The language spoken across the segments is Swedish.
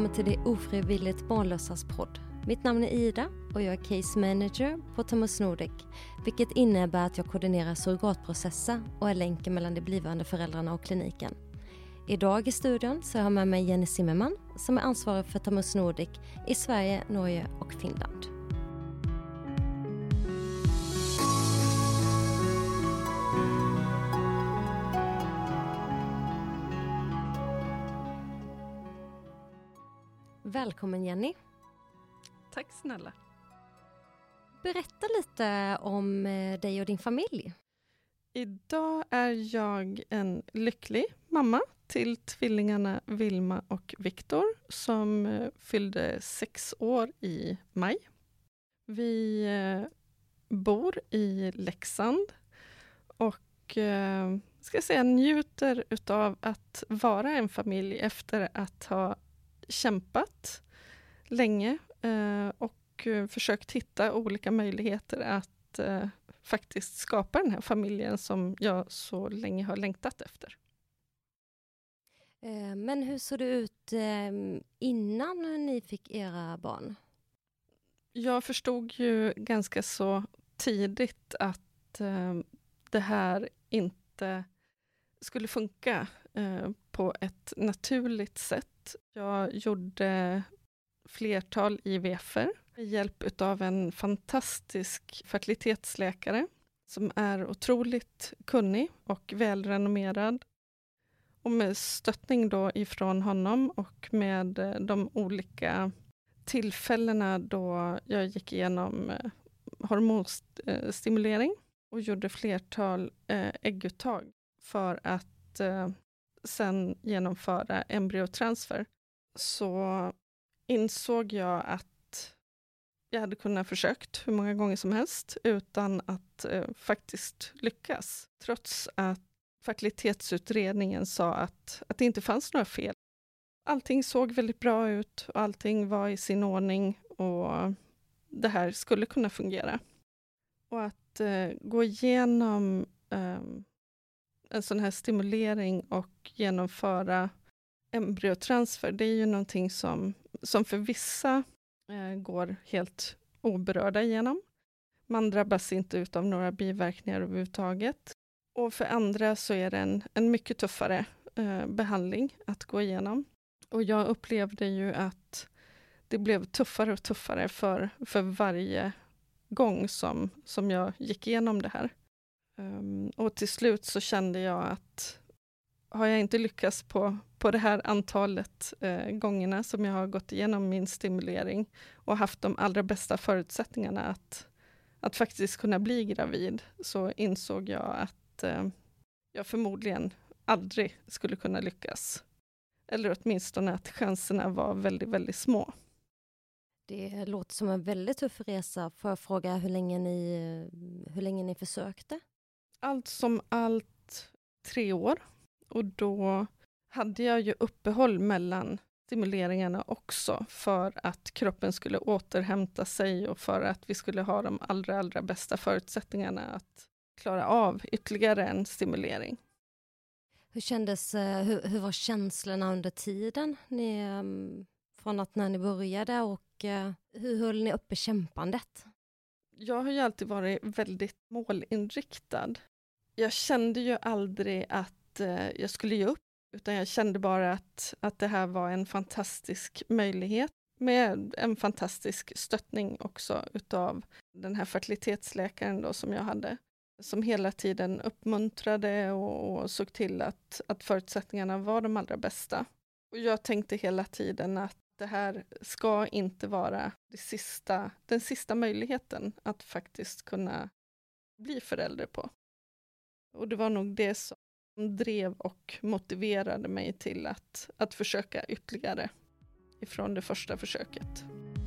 välkommen till det ofrivilligt barnlösas podd. Mitt namn är Ida och jag är case manager på Thomas Nordic, vilket innebär att jag koordinerar surrogatprocesser och är länken mellan de blivande föräldrarna och kliniken. Idag i studion så har jag med mig Jenny Zimmerman som är ansvarig för Thomas Nordic i Sverige, Norge och Finland. Välkommen Jenny. Tack snälla. Berätta lite om dig och din familj. Idag är jag en lycklig mamma till tvillingarna Vilma och Viktor som fyllde 6 år i maj. Vi bor i Leksand och njuter utav att vara en familj efter att ha kämpat länge och försökt hitta olika möjligheter att faktiskt skapa den här familjen som jag så länge har längtat efter. Men hur såg det ut innan ni fick era barn? Jag förstod ju ganska så tidigt att det här inte skulle funka på ett naturligt sätt. Jag gjorde flertal IVF:er med hjälp utav en fantastisk fertilitetsläkare som är otroligt kunnig och välrenommerad. Och med stöttning då ifrån honom och med de olika tillfällena då jag gick igenom hormonstimulering och gjorde flertal ägguttag för att sen genomföra embryotransfer, så insåg jag att jag hade kunnat försökt hur många gånger som helst utan att faktiskt lyckas. Trots att fertilitetsutredningen sa att det inte fanns några fel. Allting såg väldigt bra ut och allting var i sin ordning och det här skulle kunna fungera. Och att gå igenom en sån här stimulering och genomföra embryotransfer, det är ju någonting som för vissa går helt oberörda igenom. Man drabbas inte utav några biverkningar överhuvudtaget. Och för andra så är det en mycket tuffare behandling att gå igenom. Och jag upplevde ju att det blev tuffare och tuffare för varje gång som jag gick igenom det här. Och till slut så kände jag att har jag inte lyckats på det här antalet gångerna som jag har gått igenom min stimulering och haft de allra bästa förutsättningarna att faktiskt kunna bli gravid, så insåg jag att jag förmodligen aldrig skulle kunna lyckas. Eller åtminstone att chanserna var väldigt, väldigt små. Det låter som en väldigt tuff resa. Får jag fråga hur länge ni försökte? Allt som allt 3 år. Och då hade jag ju uppehåll mellan stimuleringarna också för att kroppen skulle återhämta sig och för att vi skulle ha de allra bästa förutsättningarna att klara av ytterligare en stimulering. Hur var känslorna under tiden från att när ni började och hur höll ni uppe kämpandet? Jag har ju alltid varit väldigt målinriktad. Jag kände ju aldrig att jag skulle ge upp, utan jag kände bara att det här var en fantastisk möjlighet med en fantastisk stöttning också utav den här fertilitetsläkaren då som jag hade, som hela tiden uppmuntrade och såg till att förutsättningarna var de allra bästa. Och jag tänkte hela tiden att det här ska inte vara den sista möjligheten att faktiskt kunna bli förälder på. Och det var nog det som drev och motiverade mig till att försöka ytterligare ifrån det första försöket.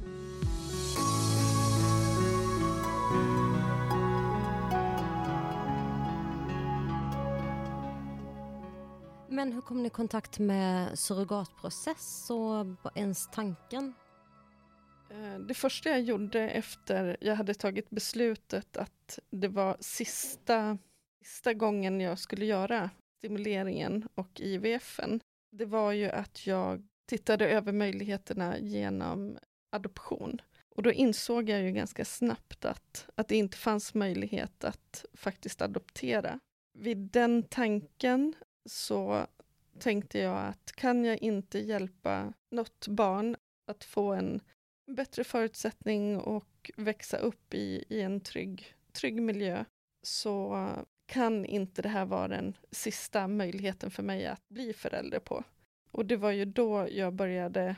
Men hur kom ni i kontakt med surrogatprocess och ens tanken? Det första jag gjorde efter jag hade tagit beslutet att det var sista gången jag skulle göra stimuleringen och IVF:en, det var ju att jag tittade över möjligheterna genom adoption. Och då insåg jag ju ganska snabbt att det inte fanns möjlighet att faktiskt adoptera. Vid den tanken så tänkte jag att kan jag inte hjälpa något barn att få en bättre förutsättning och växa upp i en trygg miljö, så kan inte det här vara den sista möjligheten för mig att bli förälder på. Och det var ju då jag började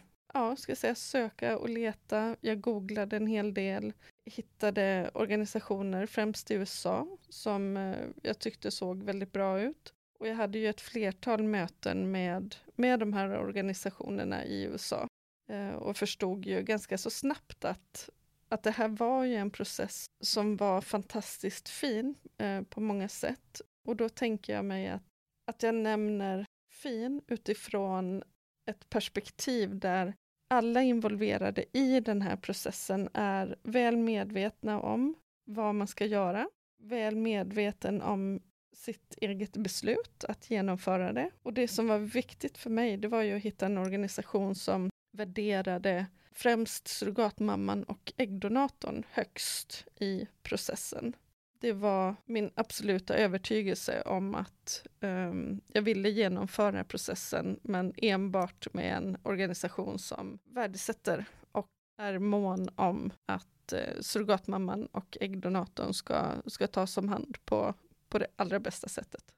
söka och leta. Jag googlade en hel del, hittade organisationer, främst i USA, som jag tyckte såg väldigt bra ut. Och jag hade ju ett flertal möten med de här organisationerna i USA. Och förstod ju ganska så snabbt att det här var ju en process som var fantastiskt fin på många sätt. Och då tänker jag mig att jag nämner fin utifrån ett perspektiv där alla involverade i den här processen är väl medvetna om vad man ska göra, väl medveten om sitt eget beslut att genomföra det. Och det som var viktigt för mig, det var ju att hitta en organisation som värderade främst surrogatmamman och äggdonatorn högst i processen. Det var min absoluta övertygelse om att jag ville genomföra processen, men enbart med en organisation som värdesätter och är mån om att surrogatmamman och äggdonatorn ska tas om hand på det allra bästa sättet.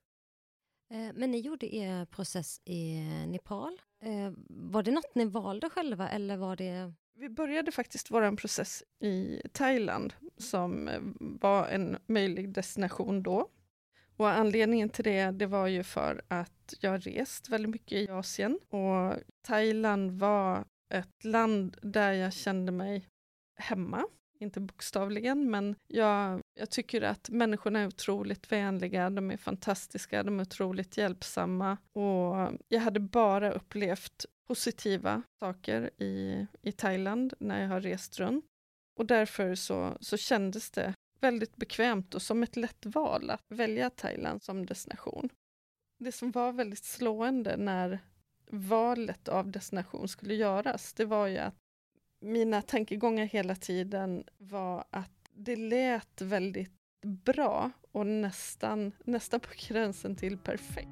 Men ni gjorde er process i Nepal. Var det något ni valde själva eller var det... Vi började faktiskt vår process i Thailand som var en möjlig destination då. Och anledningen till det var ju för att jag rest väldigt mycket i Asien. Och Thailand var ett land där jag kände mig hemma. Inte bokstavligen, men jag tycker att människorna är otroligt vänliga, de är fantastiska, de är otroligt hjälpsamma. Och jag hade bara upplevt positiva saker i Thailand när jag har rest runt. Och därför så kändes det väldigt bekvämt och som ett lätt val att välja Thailand som destination. Det som var väldigt slående när valet av destination skulle göras, det var ju att mina tankegångar hela tiden var att det lät väldigt bra och nästan på gränsen till perfekt.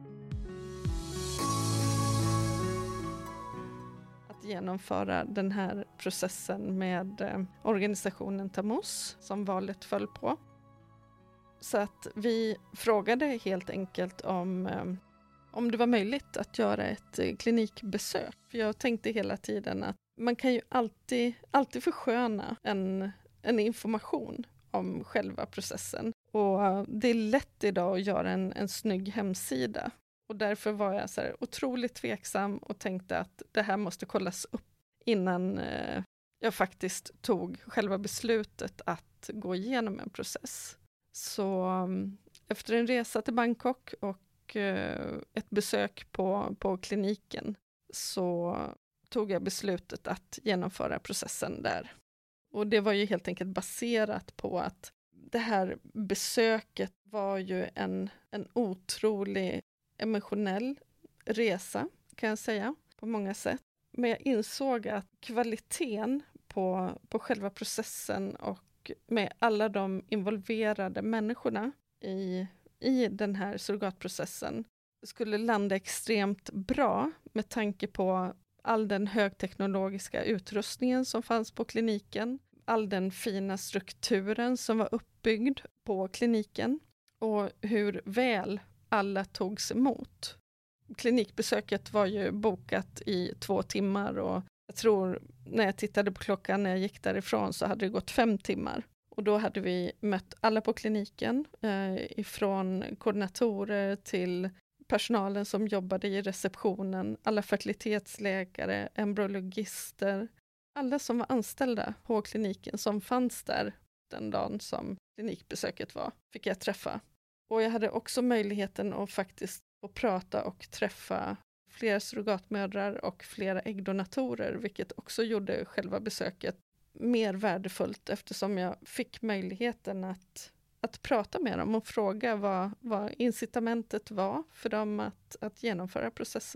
Att genomföra den här processen med organisationen Tamus som valet föll på. Så att vi frågade helt enkelt om det var möjligt att göra ett klinikbesök. För jag tänkte hela tiden att man kan ju alltid försköna en information om själva processen. Och det är lätt idag att göra en snygg hemsida. Och därför var jag så här otroligt tveksam och tänkte att det här måste kollas upp innan jag faktiskt tog själva beslutet att gå igenom en process. Så efter en resa till Bangkok och ett besök på kliniken så tog jag beslutet att genomföra processen där. Och det var ju helt enkelt baserat på att det här besöket var ju en otrolig emotionell resa, kan jag säga, på många sätt. Men jag insåg att kvaliteten på själva processen och med alla de involverade människorna i den här surrogatprocessen skulle landa extremt bra med tanke på all den högteknologiska utrustningen som fanns på kliniken, all den fina strukturen som var uppbyggd på kliniken och hur väl alla togs emot. Klinikbesöket var ju bokat i 2 timmar och jag tror när jag tittade på klockan när jag gick därifrån så hade det gått 5 timmar. Och då hade vi mött alla på kliniken, ifrån koordinatorer till personalen som jobbade i receptionen, alla fertilitetsläkare, embryologister, alla som var anställda på kliniken som fanns där den dagen som klinikbesöket var, fick jag träffa. Och jag hade också möjligheten att faktiskt få prata och träffa flera surrogatmödrar och flera äggdonatorer, vilket också gjorde själva besöket mer värdefullt eftersom jag fick möjligheten att prata med dem och fråga vad incitamentet var för dem att genomföra processen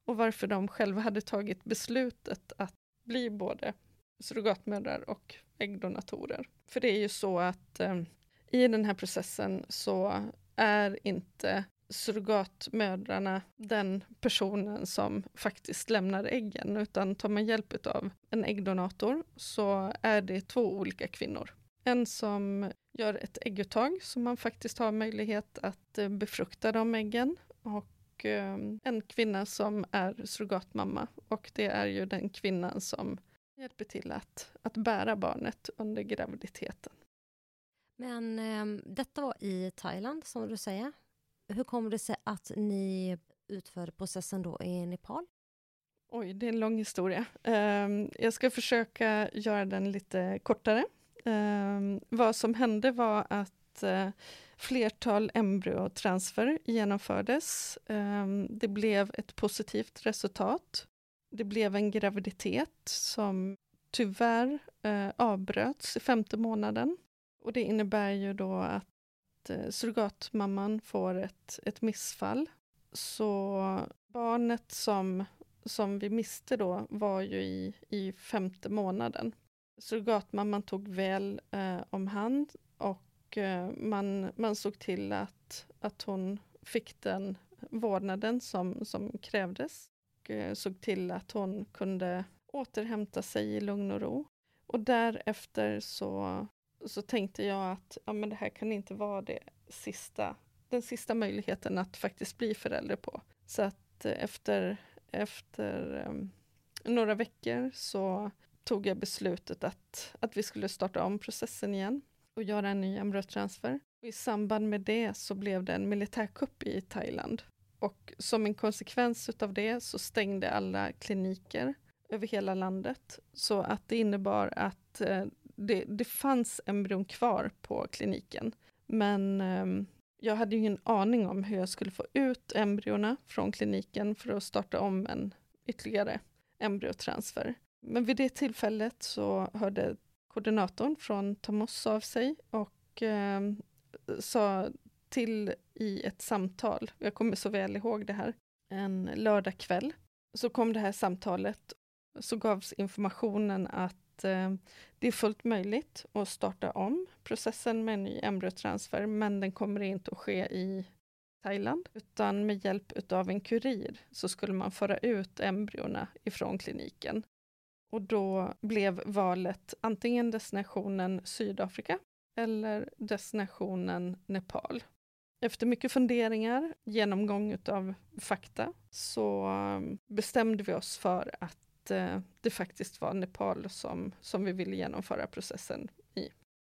och varför de själva hade tagit beslutet att bli både surrogatmödrar och äggdonatorer. För det är ju så att i den här processen så är inte surrogatmödrarna den personen som faktiskt lämnar äggen, utan tar man hjälp av en äggdonator så är det 2 olika kvinnor. En som gör ett ägguttag så man faktiskt har möjlighet att befrukta de äggen, och en kvinna som är surrogatmamma, och det är ju den kvinnan som hjälper till att bära barnet under graviditeten. Men detta var i Thailand som du säger. Hur kom det sig att ni utförde processen då i Nepal? Oj, det är en lång historia. Jag ska försöka göra den lite kortare. Vad som hände var att flertal embryotransfer genomfördes. Det blev ett positivt resultat. Det blev en graviditet som tyvärr avbröts i 5:e månaden. Och det innebär ju då att surrogatmamman får ett missfall. Så barnet som vi miste då var ju i 5:e månaden. Surrogatmamman tog väl om hand, och man såg till att hon fick den vårdnaden som krävdes. Och såg till att hon kunde återhämta sig i lugn och ro. Och därefter så tänkte jag att men det här kan inte vara den sista möjligheten att faktiskt bli förälder på. Så att efter några veckor så tog jag beslutet att vi skulle starta om processen igen och göra en ny embryotransfer. Och i samband med det så blev det en militärkupp i Thailand. Och som en konsekvens av det så stängde alla kliniker över hela landet. Så att det innebar att det fanns embryon kvar på kliniken. Men jag hade ju ingen aning om hur jag skulle få ut embryona från kliniken för att starta om en ytterligare embryotransfer. Men vid det tillfället så hörde koordinatorn från Tamos av sig och sa till i ett samtal, jag kommer så väl ihåg det här, en lördagkväll. Så kom det här samtalet, så gavs informationen att det är fullt möjligt att starta om processen med en ny embryotransfer, men den kommer inte att ske i Thailand, utan med hjälp av en kurir så skulle man föra ut embryona ifrån kliniken. Och då blev valet antingen destinationen Sydafrika eller destinationen Nepal. Efter mycket funderingar, genomgång av fakta, så bestämde vi oss för att det faktiskt var Nepal som vi ville genomföra processen i.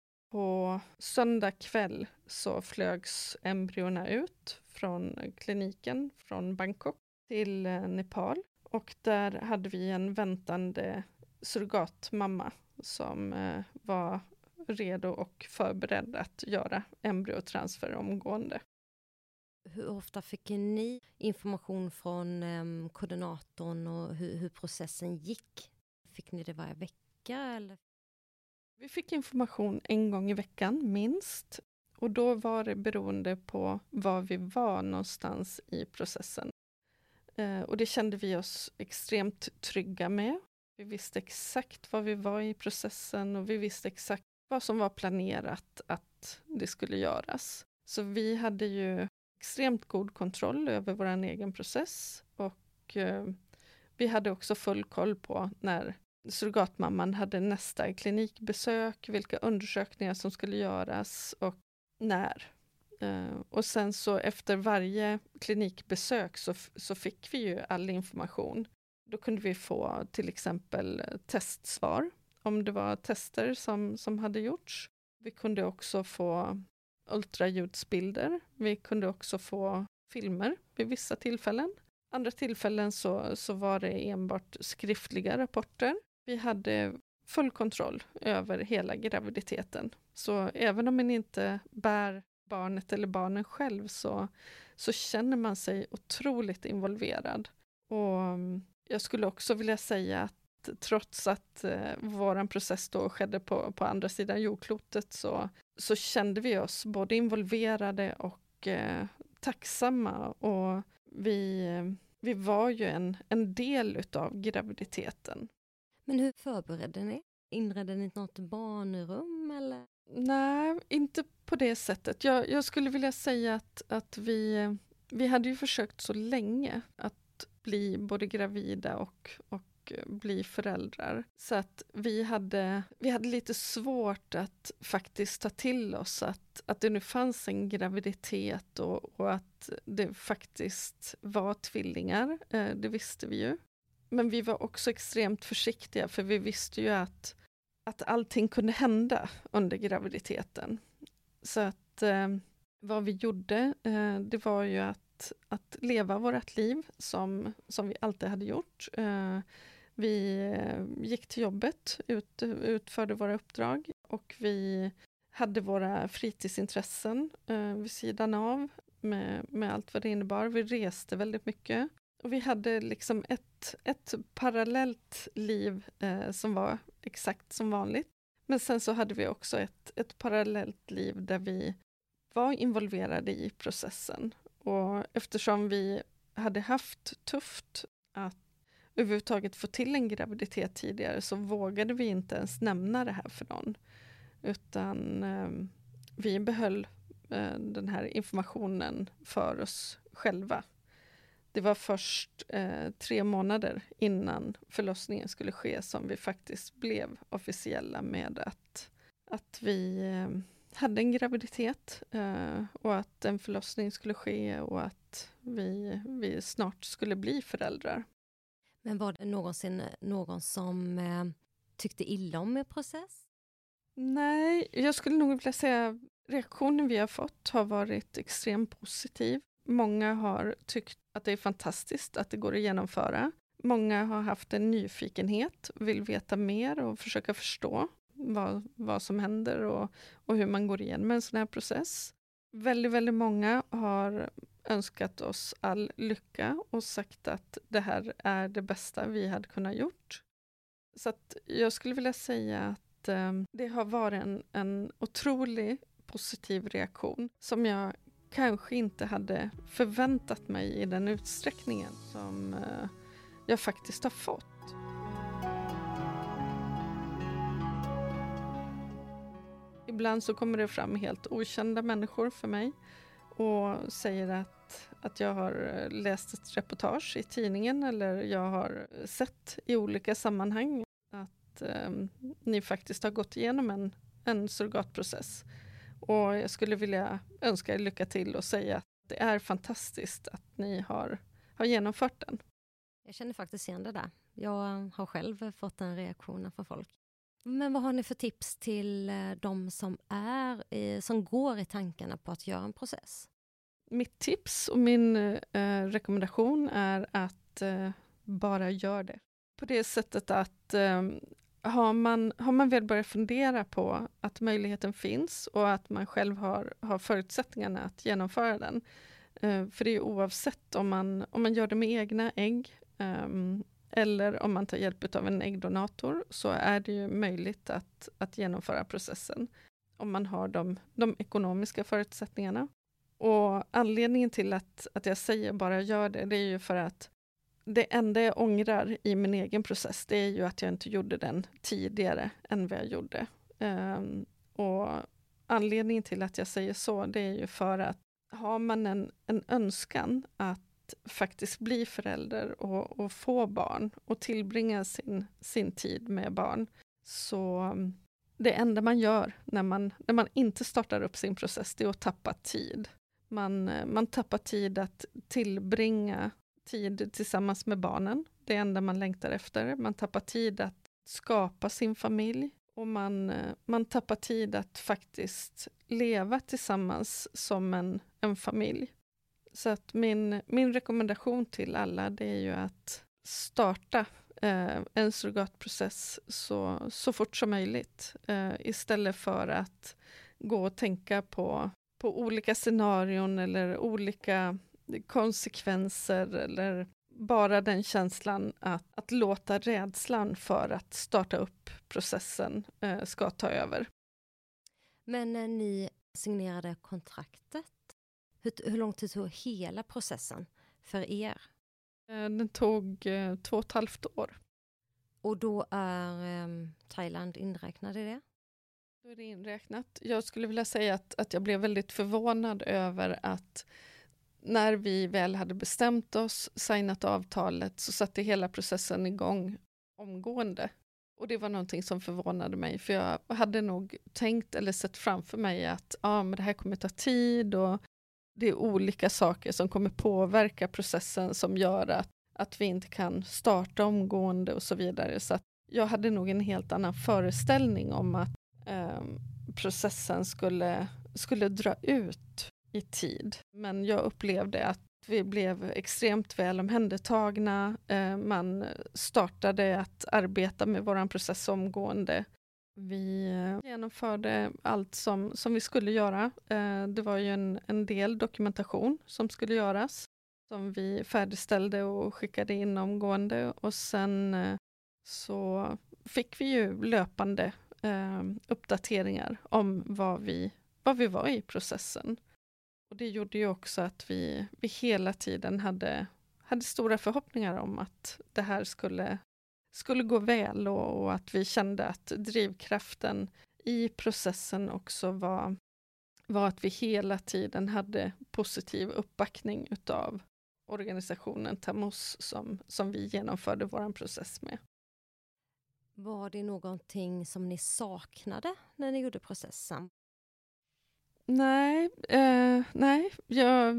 På söndag kväll så flögs embryona ut från kliniken från Bangkok till Nepal. Och där hade vi en väntande surrogatmamma som var redo och förberedd att göra embryotransfer omgående. Hur ofta fick ni information från koordinatorn och hur processen gick? Fick ni det varje vecka? Eller? Vi fick information en gång i veckan minst. Och då var det beroende på var vi var någonstans i processen. Och det kände vi oss extremt trygga med. Vi visste exakt var vi var i processen och vi visste exakt vad som var planerat att det skulle göras. Så vi hade ju extremt god kontroll över vår egen process, och vi hade också full koll på när surrogatmamman hade nästa klinikbesök, vilka undersökningar som skulle göras och när. Och sen så efter varje klinikbesök så fick vi ju all information. Då kunde vi få till exempel testsvar om det var tester som hade gjorts. Vi kunde också få ultraljudsbilder. Vi kunde också få filmer vid vissa tillfällen. Andra tillfällen så var det enbart skriftliga rapporter. Vi hade full kontroll över hela graviditeten. Så även om man inte bär barnet eller barnen själv så känner man sig otroligt involverad. Och jag skulle också vilja säga att trots att vår process då skedde på andra sidan jordklotet så kände vi oss både involverade och tacksamma, och vi vi var ju en del utav graviditeten. Men hur förberedde ni? Inredde ni något barnrum eller? Nej, inte på det sättet. Jag skulle vilja säga att vi hade ju försökt så länge att bli både gravida och bli föräldrar. Så att vi hade lite svårt att faktiskt ta till oss att det nu fanns en graviditet och att det faktiskt var tvillingar. Det visste vi ju. Men vi var också extremt försiktiga, för vi visste ju att allting kunde hända under graviditeten. Så att vad vi gjorde, det var ju att leva vårt liv som vi alltid hade gjort. Vi gick till jobbet, utförde våra uppdrag, och vi hade våra fritidsintressen vid sidan av med allt vad det innebar. Vi reste väldigt mycket. Och vi hade liksom ett parallellt liv som var exakt som vanligt. Men sen så hade vi också ett parallellt liv där vi var involverade i processen. Och eftersom vi hade haft tufft att överhuvudtaget få till en graviditet tidigare, så vågade vi inte ens nämna det här för någon. Utan vi behöll den här informationen för oss själva. Det var först 3 månader innan förlossningen skulle ske som vi faktiskt blev officiella med att vi hade en graviditet och att en förlossning skulle ske och att vi snart skulle bli föräldrar. Men var det någonsin någon som tyckte illa om er process? Nej, jag skulle nog vilja säga reaktionen vi har fått har varit extremt positiv. Många har tyckt att det är fantastiskt att det går att genomföra. Många har haft en nyfikenhet, vill veta mer och försöka förstå vad som händer och hur man går igenom en sån här process. Väldigt, väldigt många har önskat oss all lycka och sagt att det här är det bästa vi hade kunnat gjort. Så att jag skulle vilja säga att det har varit en otrolig positiv reaktion som jag kanske inte hade förväntat mig i den utsträckningen som jag faktiskt har fått. Ibland så kommer det fram helt okända människor för mig och säger att jag har läst ett reportage i tidningen eller jag har sett i olika sammanhang att ni faktiskt har gått igenom en surrogatprocess. Och jag skulle vilja önska er lycka till och säga att det är fantastiskt att ni har genomfört den. Jag känner faktiskt igen det där. Jag har själv fått den reaktionen från folk. Men vad har ni för tips till de som går i tankarna på att göra en process? Mitt tips och min rekommendation är att bara gör det. På det sättet att har man väl börjat fundera på att möjligheten finns och att man själv har förutsättningarna att genomföra den. För det är ju oavsett om man gör det med egna ägg eller om man tar hjälp av en äggdonator, så är det ju möjligt att genomföra processen om man har de ekonomiska förutsättningarna. Och anledningen till att jag säger bara gör det är ju för att det enda jag ångrar i min egen process, det är ju att jag inte gjorde den tidigare än vad jag gjorde. Och anledningen till att jag säger så, det är ju för att har man en önskan att faktiskt bli förälder och få barn och tillbringa sin tid med barn, så det enda man gör när man inte startar upp sin process, det är att tappa tid. Man tappar tid att tillbringa tid tillsammans med barnen. Det enda man längtar efter. Man tappar tid att skapa sin familj. Och man tappar tid att faktiskt leva tillsammans som en familj. Så att min rekommendation till alla, det är ju att starta en surrogatprocess så fort som möjligt. Istället för att gå och tänka på olika scenarion eller olika konsekvenser eller bara den känslan att låta rädslan för att starta upp processen ska ta över. Men när ni signerade kontraktet, hur lång tid tog hela processen för er? Den tog 2,5 år. Och då är Thailand inräknad i det? Då är det inräknat. Jag skulle vilja säga att jag blev väldigt förvånad över att när vi väl hade bestämt oss, signat avtalet, så satte hela processen igång omgående. Och det var någonting som förvånade mig, för jag hade nog tänkt eller sett framför mig att men det här kommer ta tid och det är olika saker som kommer påverka processen som gör att vi inte kan starta omgående och så vidare. Så att jag hade nog en helt annan föreställning om att processen skulle dra ut i tid. Men jag upplevde att vi blev extremt väl omhändertagna. Man startade att arbeta med vår process omgående. Vi genomförde allt som vi skulle göra. Det var ju en del dokumentation som skulle göras, som vi färdigställde och skickade in omgående. Och sen så fick vi ju löpande uppdateringar om vad vi var i processen. Och det gjorde ju också att vi hela tiden hade stora förhoppningar om att det här skulle gå väl, och att vi kände att drivkraften i processen också var att vi hela tiden hade positiv uppbackning utav organisationen Tamos som vi genomförde vår process med. Var det någonting som ni saknade när ni gjorde processen? Nej, jag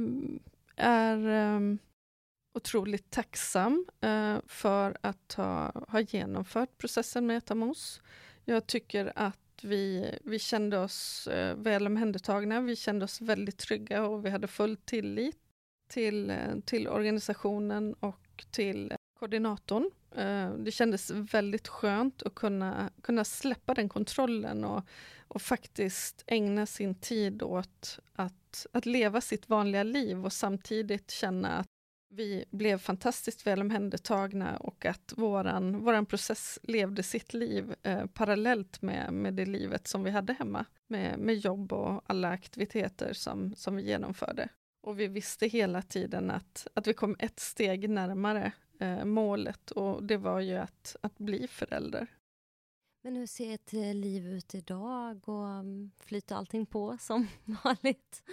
är otroligt tacksam för att ha genomfört processen med Tamos. Jag tycker att vi kände oss väl omhändertagna, vi kände oss väldigt trygga och vi hade full tillit till organisationen och till koordinatorn. Det kändes väldigt skönt att kunna släppa den kontrollen och faktiskt ägna sin tid åt att leva sitt vanliga liv och samtidigt känna att vi blev fantastiskt väl omhändertagna och att våran process levde sitt liv parallellt med det livet som vi hade hemma med jobb och alla aktiviteter som vi genomförde. Och vi visste hela tiden att vi kom ett steg närmare målet, och det var ju att bli förälder. Men hur ser ett liv ut idag, och flyter allting på som vanligt?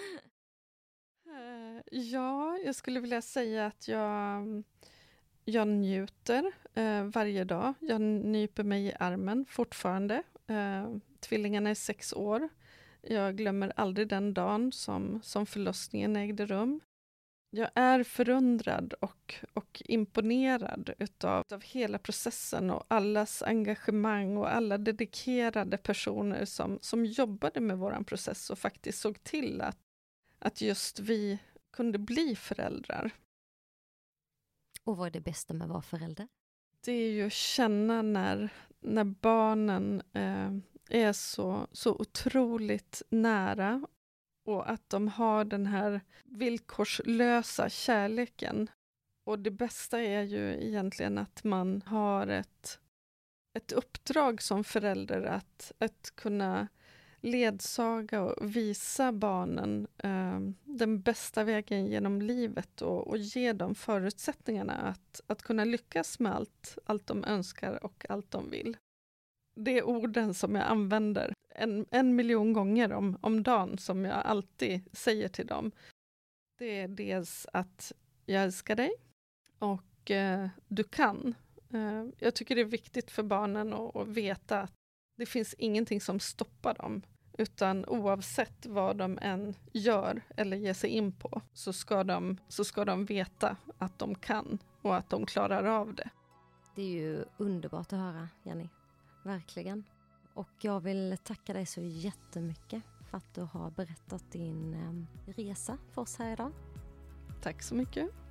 Ja, jag skulle vilja säga att jag njuter varje dag. Jag nyper mig i armen fortfarande. Tvillingarna är 6 år. Jag glömmer aldrig den dagen som förlossningen ägde rum. Jag är förundrad och imponerad utav hela processen och allas engagemang och alla dedikerade personer som jobbade med våran process och faktiskt såg till att just vi kunde bli föräldrar. Och vad är det bästa med att vara förälder? Det är ju att känna när barnen är så otroligt nära, och att de har den här villkorslösa kärleken. Och det bästa är ju egentligen att man har ett uppdrag som förälder att kunna ledsaga och visa barnen den bästa vägen genom livet och ge dem förutsättningarna att kunna lyckas med allt de önskar och allt de vill. Det är orden som jag använder 1 miljon gånger om dagen, som jag alltid säger till dem. Det är dels att jag älskar dig och du kan. Jag tycker det är viktigt för barnen att veta att det finns ingenting som stoppar dem, utan oavsett vad de än gör eller ger sig in på så ska de veta att de kan och att de klarar av det. Det är ju underbart att höra, Jenny. Verkligen. Och jag vill tacka dig så jättemycket för att du har berättat din resa för oss här idag. Tack så mycket.